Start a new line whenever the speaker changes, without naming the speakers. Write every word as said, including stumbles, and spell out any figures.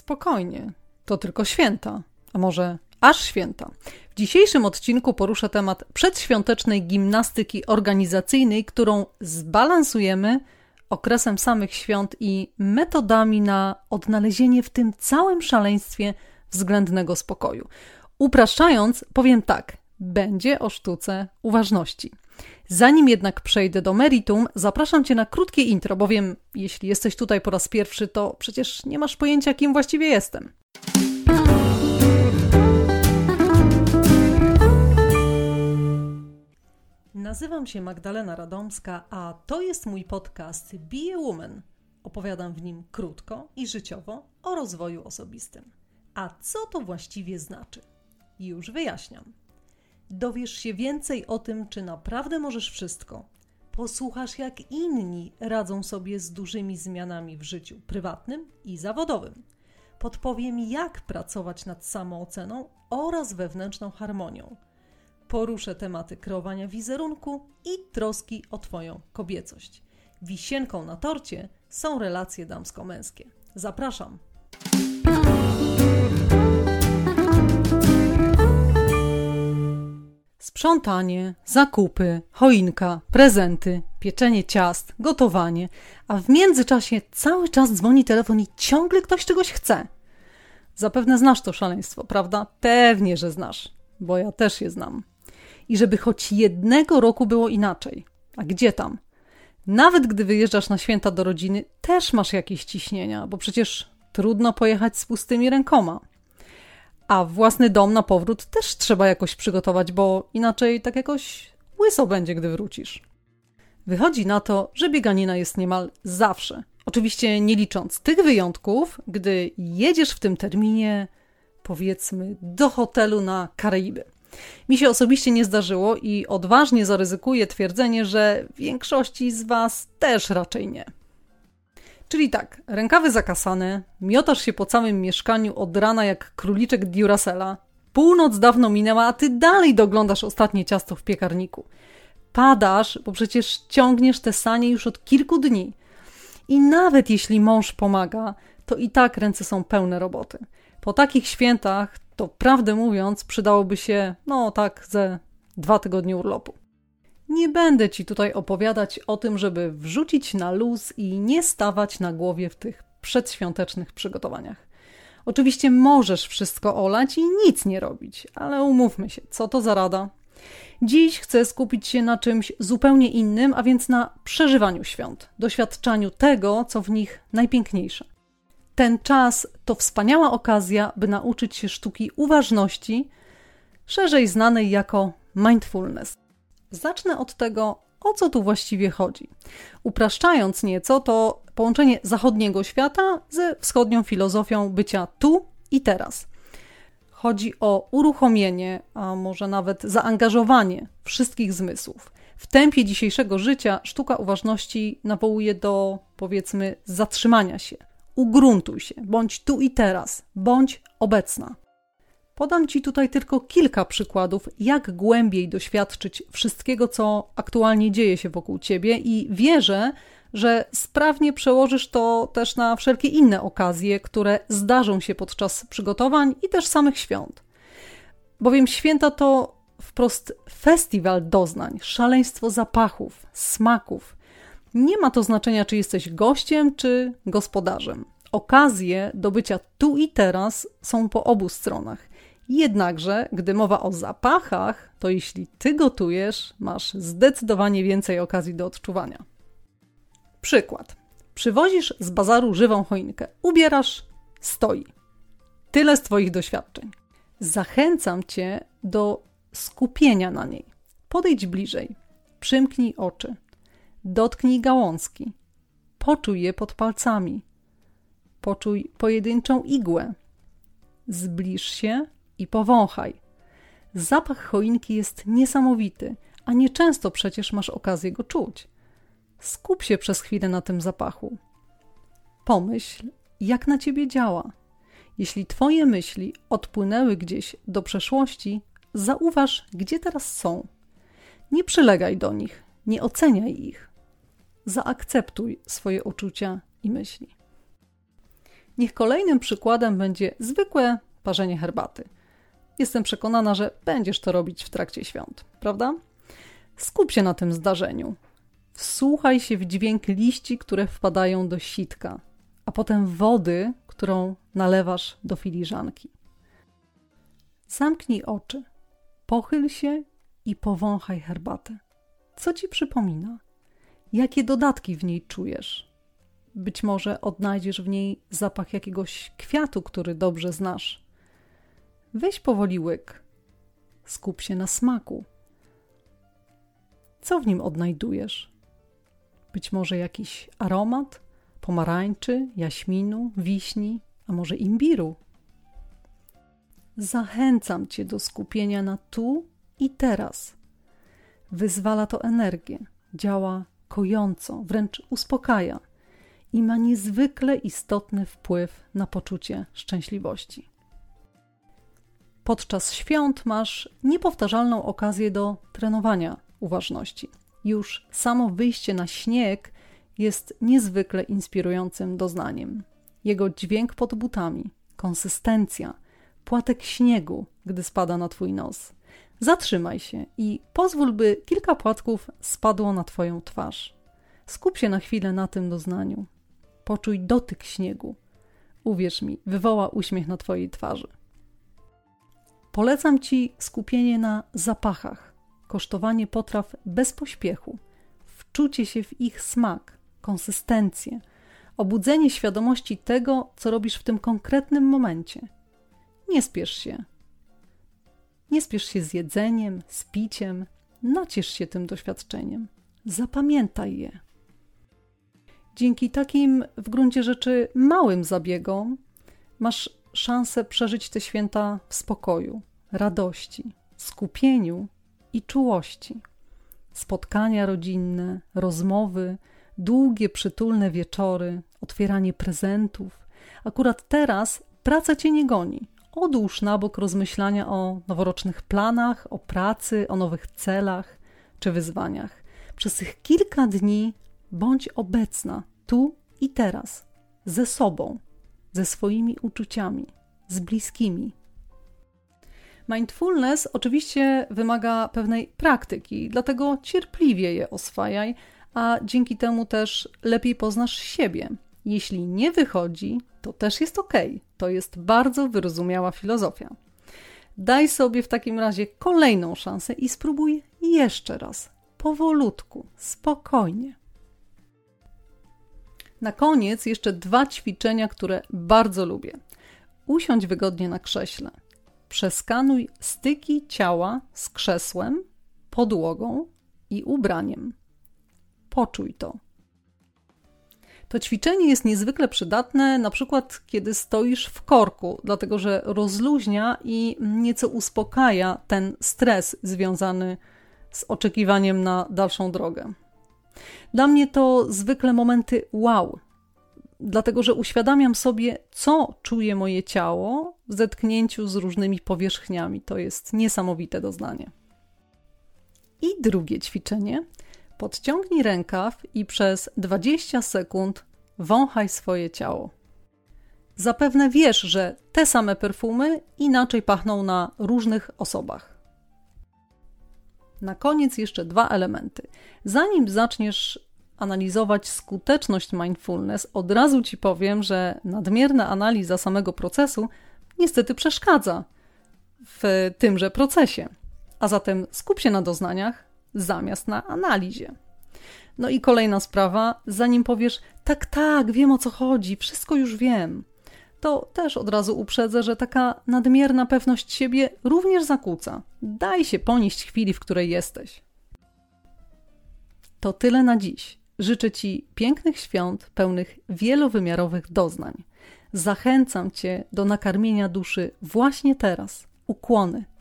Spokojnie, to tylko święta, a może aż święta. W dzisiejszym odcinku poruszę temat przedświątecznej gimnastyki organizacyjnej, którą zbalansujemy okresem samych świąt i metodami na odnalezienie w tym całym szaleństwie względnego spokoju. Upraszczając, powiem tak, będzie o sztuce uważności. Zanim jednak przejdę do meritum, zapraszam Cię na krótkie intro, bowiem jeśli jesteś tutaj po raz pierwszy, to przecież nie masz pojęcia, kim właściwie jestem. Nazywam się Magdalena Radomska, a to jest mój podcast Be a Woman. Opowiadam w nim krótko i życiowo o rozwoju osobistym. A co to właściwie znaczy? Już wyjaśniam. Dowiesz się więcej o tym, czy naprawdę możesz wszystko. Posłuchasz, jak inni radzą sobie z dużymi zmianami w życiu prywatnym i zawodowym. Podpowiem, jak pracować nad samooceną oraz wewnętrzną harmonią. Poruszę tematy kreowania wizerunku i troski o Twoją kobiecość. Wisienką na torcie są relacje damsko-męskie. Zapraszam! Sprzątanie, zakupy, choinka, prezenty, pieczenie ciast, gotowanie, a w międzyczasie cały czas dzwoni telefon i ciągle ktoś czegoś chce. Zapewne znasz to szaleństwo, prawda? Pewnie, że znasz, bo ja też je znam. I żeby choć jednego roku było inaczej. A gdzie tam? Nawet gdy wyjeżdżasz na święta do rodziny, też masz jakieś ciśnienia, bo przecież trudno pojechać z pustymi rękoma. A własny dom na powrót też trzeba jakoś przygotować, bo inaczej tak jakoś łyso będzie, gdy wrócisz. Wychodzi na to, że bieganina jest niemal zawsze. Oczywiście nie licząc tych wyjątków, gdy jedziesz w tym terminie, powiedzmy, do hotelu na Karaiby. Mi się osobiście nie zdarzyło i odważnie zaryzykuję twierdzenie, że większości z Was też raczej nie. Czyli tak, rękawy zakasane, miotasz się po całym mieszkaniu od rana jak króliczek Duracella, północ dawno minęła, a ty dalej doglądasz ostatnie ciasto w piekarniku. Padasz, bo przecież ciągniesz te sanie już od kilku dni. I nawet jeśli mąż pomaga, to i tak ręce są pełne roboty. Po takich świętach, to prawdę mówiąc, przydałoby się, no tak, ze dwa tygodnie urlopu. Nie będę Ci tutaj opowiadać o tym, żeby wrzucić na luz i nie stawać na głowie w tych przedświątecznych przygotowaniach. Oczywiście możesz wszystko olać i nic nie robić, ale umówmy się, co to za rada? Dziś chcę skupić się na czymś zupełnie innym, a więc na przeżywaniu świąt, doświadczaniu tego, co w nich najpiękniejsze. Ten czas to wspaniała okazja, by nauczyć się sztuki uważności, szerzej znanej jako mindfulness. Zacznę od tego, o co tu właściwie chodzi. Upraszczając nieco, to połączenie zachodniego świata ze wschodnią filozofią bycia tu i teraz. Chodzi o uruchomienie, a może nawet zaangażowanie wszystkich zmysłów. W tempie dzisiejszego życia sztuka uważności nawołuje do, powiedzmy, zatrzymania się. Ugruntuj się, bądź tu i teraz, bądź obecna. Podam Ci tutaj tylko kilka przykładów, jak głębiej doświadczyć wszystkiego, co aktualnie dzieje się wokół Ciebie i wierzę, że sprawnie przełożysz to też na wszelkie inne okazje, które zdarzą się podczas przygotowań i też samych świąt. Bowiem święta to wprost festiwal doznań, szaleństwo zapachów, smaków. Nie ma to znaczenia, czy jesteś gościem, czy gospodarzem. Okazje do bycia tu i teraz są po obu stronach. Jednakże, gdy mowa o zapachach, to jeśli Ty gotujesz, masz zdecydowanie więcej okazji do odczuwania. Przykład. Przywozisz z bazaru żywą choinkę. Ubierasz, stoi. Tyle z Twoich doświadczeń. Zachęcam Cię do skupienia na niej. Podejdź bliżej. Przymknij oczy. Dotknij gałązki. Poczuj je pod palcami. Poczuj pojedynczą igłę. Zbliż się i powąchaj. Zapach choinki jest niesamowity, a nieczęsto przecież masz okazję go czuć. Skup się przez chwilę na tym zapachu. Pomyśl, jak na ciebie działa. Jeśli twoje myśli odpłynęły gdzieś do przeszłości, zauważ, gdzie teraz są. Nie przylegaj do nich, nie oceniaj ich. Zaakceptuj swoje uczucia i myśli. Niech kolejnym przykładem będzie zwykłe parzenie herbaty. Jestem przekonana, że będziesz to robić w trakcie świąt, prawda? Skup się na tym zdarzeniu. Wsłuchaj się w dźwięk liści, które wpadają do sitka, a potem wody, którą nalewasz do filiżanki. Zamknij oczy, pochyl się i powąchaj herbatę. Co ci przypomina? Jakie dodatki w niej czujesz? Być może odnajdziesz w niej zapach jakiegoś kwiatu, który dobrze znasz. Weź powoli łyk. Skup się na smaku. Co w nim odnajdujesz? Być może jakiś aromat pomarańczy, jaśminu, wiśni, a może imbiru? Zachęcam cię do skupienia na tu i teraz. Wyzwala to energię, działa kojąco, wręcz uspokaja i ma niezwykle istotny wpływ na poczucie szczęśliwości. Podczas świąt masz niepowtarzalną okazję do trenowania uważności. Już samo wyjście na śnieg jest niezwykle inspirującym doznaniem. Jego dźwięk pod butami, konsystencja, płatek śniegu, gdy spada na twój nos. Zatrzymaj się i pozwól, by kilka płatków spadło na twoją twarz. Skup się na chwilę na tym doznaniu. Poczuj dotyk śniegu. Uwierz mi, wywoła uśmiech na twojej twarzy. Polecam ci skupienie na zapachach, kosztowanie potraw bez pośpiechu, wczucie się w ich smak, konsystencję, obudzenie świadomości tego, co robisz w tym konkretnym momencie. Nie spiesz się. Nie spiesz się z jedzeniem, z piciem. Naciesz się tym doświadczeniem. Zapamiętaj je. Dzięki takim w gruncie rzeczy małym zabiegom masz szansę przeżyć te święta w spokoju, radości, skupieniu i czułości. Spotkania rodzinne, rozmowy, długie, przytulne wieczory, otwieranie prezentów. Akurat teraz praca cię nie goni. Odłóż na bok rozmyślania o noworocznych planach, o pracy, o nowych celach czy wyzwaniach. Przez tych kilka dni bądź obecna tu i teraz, ze sobą, ze swoimi uczuciami, z bliskimi. Mindfulness oczywiście wymaga pewnej praktyki, dlatego cierpliwie je oswajaj, a dzięki temu też lepiej poznasz siebie. Jeśli nie wychodzi, to też jest okej. To jest bardzo wyrozumiała filozofia. Daj sobie w takim razie kolejną szansę i spróbuj jeszcze raz, powolutku, spokojnie. Na koniec jeszcze dwa ćwiczenia, które bardzo lubię. Usiądź wygodnie na krześle. Przeskanuj styki ciała z krzesłem, podłogą i ubraniem. Poczuj to. To ćwiczenie jest niezwykle przydatne, na przykład kiedy stoisz w korku, dlatego że rozluźnia i nieco uspokaja ten stres związany z oczekiwaniem na dalszą drogę. Dla mnie to zwykle momenty wow, dlatego że uświadamiam sobie, co czuje moje ciało w zetknięciu z różnymi powierzchniami. To jest niesamowite doznanie. I drugie ćwiczenie. Podciągnij rękaw i przez dwadzieścia sekund wąchaj swoje ciało. Zapewne wiesz, że te same perfumy inaczej pachną na różnych osobach. Na koniec jeszcze dwa elementy. Zanim zaczniesz analizować skuteczność mindfulness, od razu ci powiem, że nadmierna analiza samego procesu niestety przeszkadza w tymże procesie. A zatem skup się na doznaniach zamiast na analizie. No i kolejna sprawa, zanim powiesz, tak, tak, wiem o co chodzi, wszystko już wiem, to też od razu uprzedzę, że taka nadmierna pewność siebie również zakłóca. Daj się ponieść chwili, w której jesteś. To tyle na dziś. Życzę ci pięknych świąt, pełnych wielowymiarowych doznań. Zachęcam cię do nakarmienia duszy właśnie teraz. Ukłony.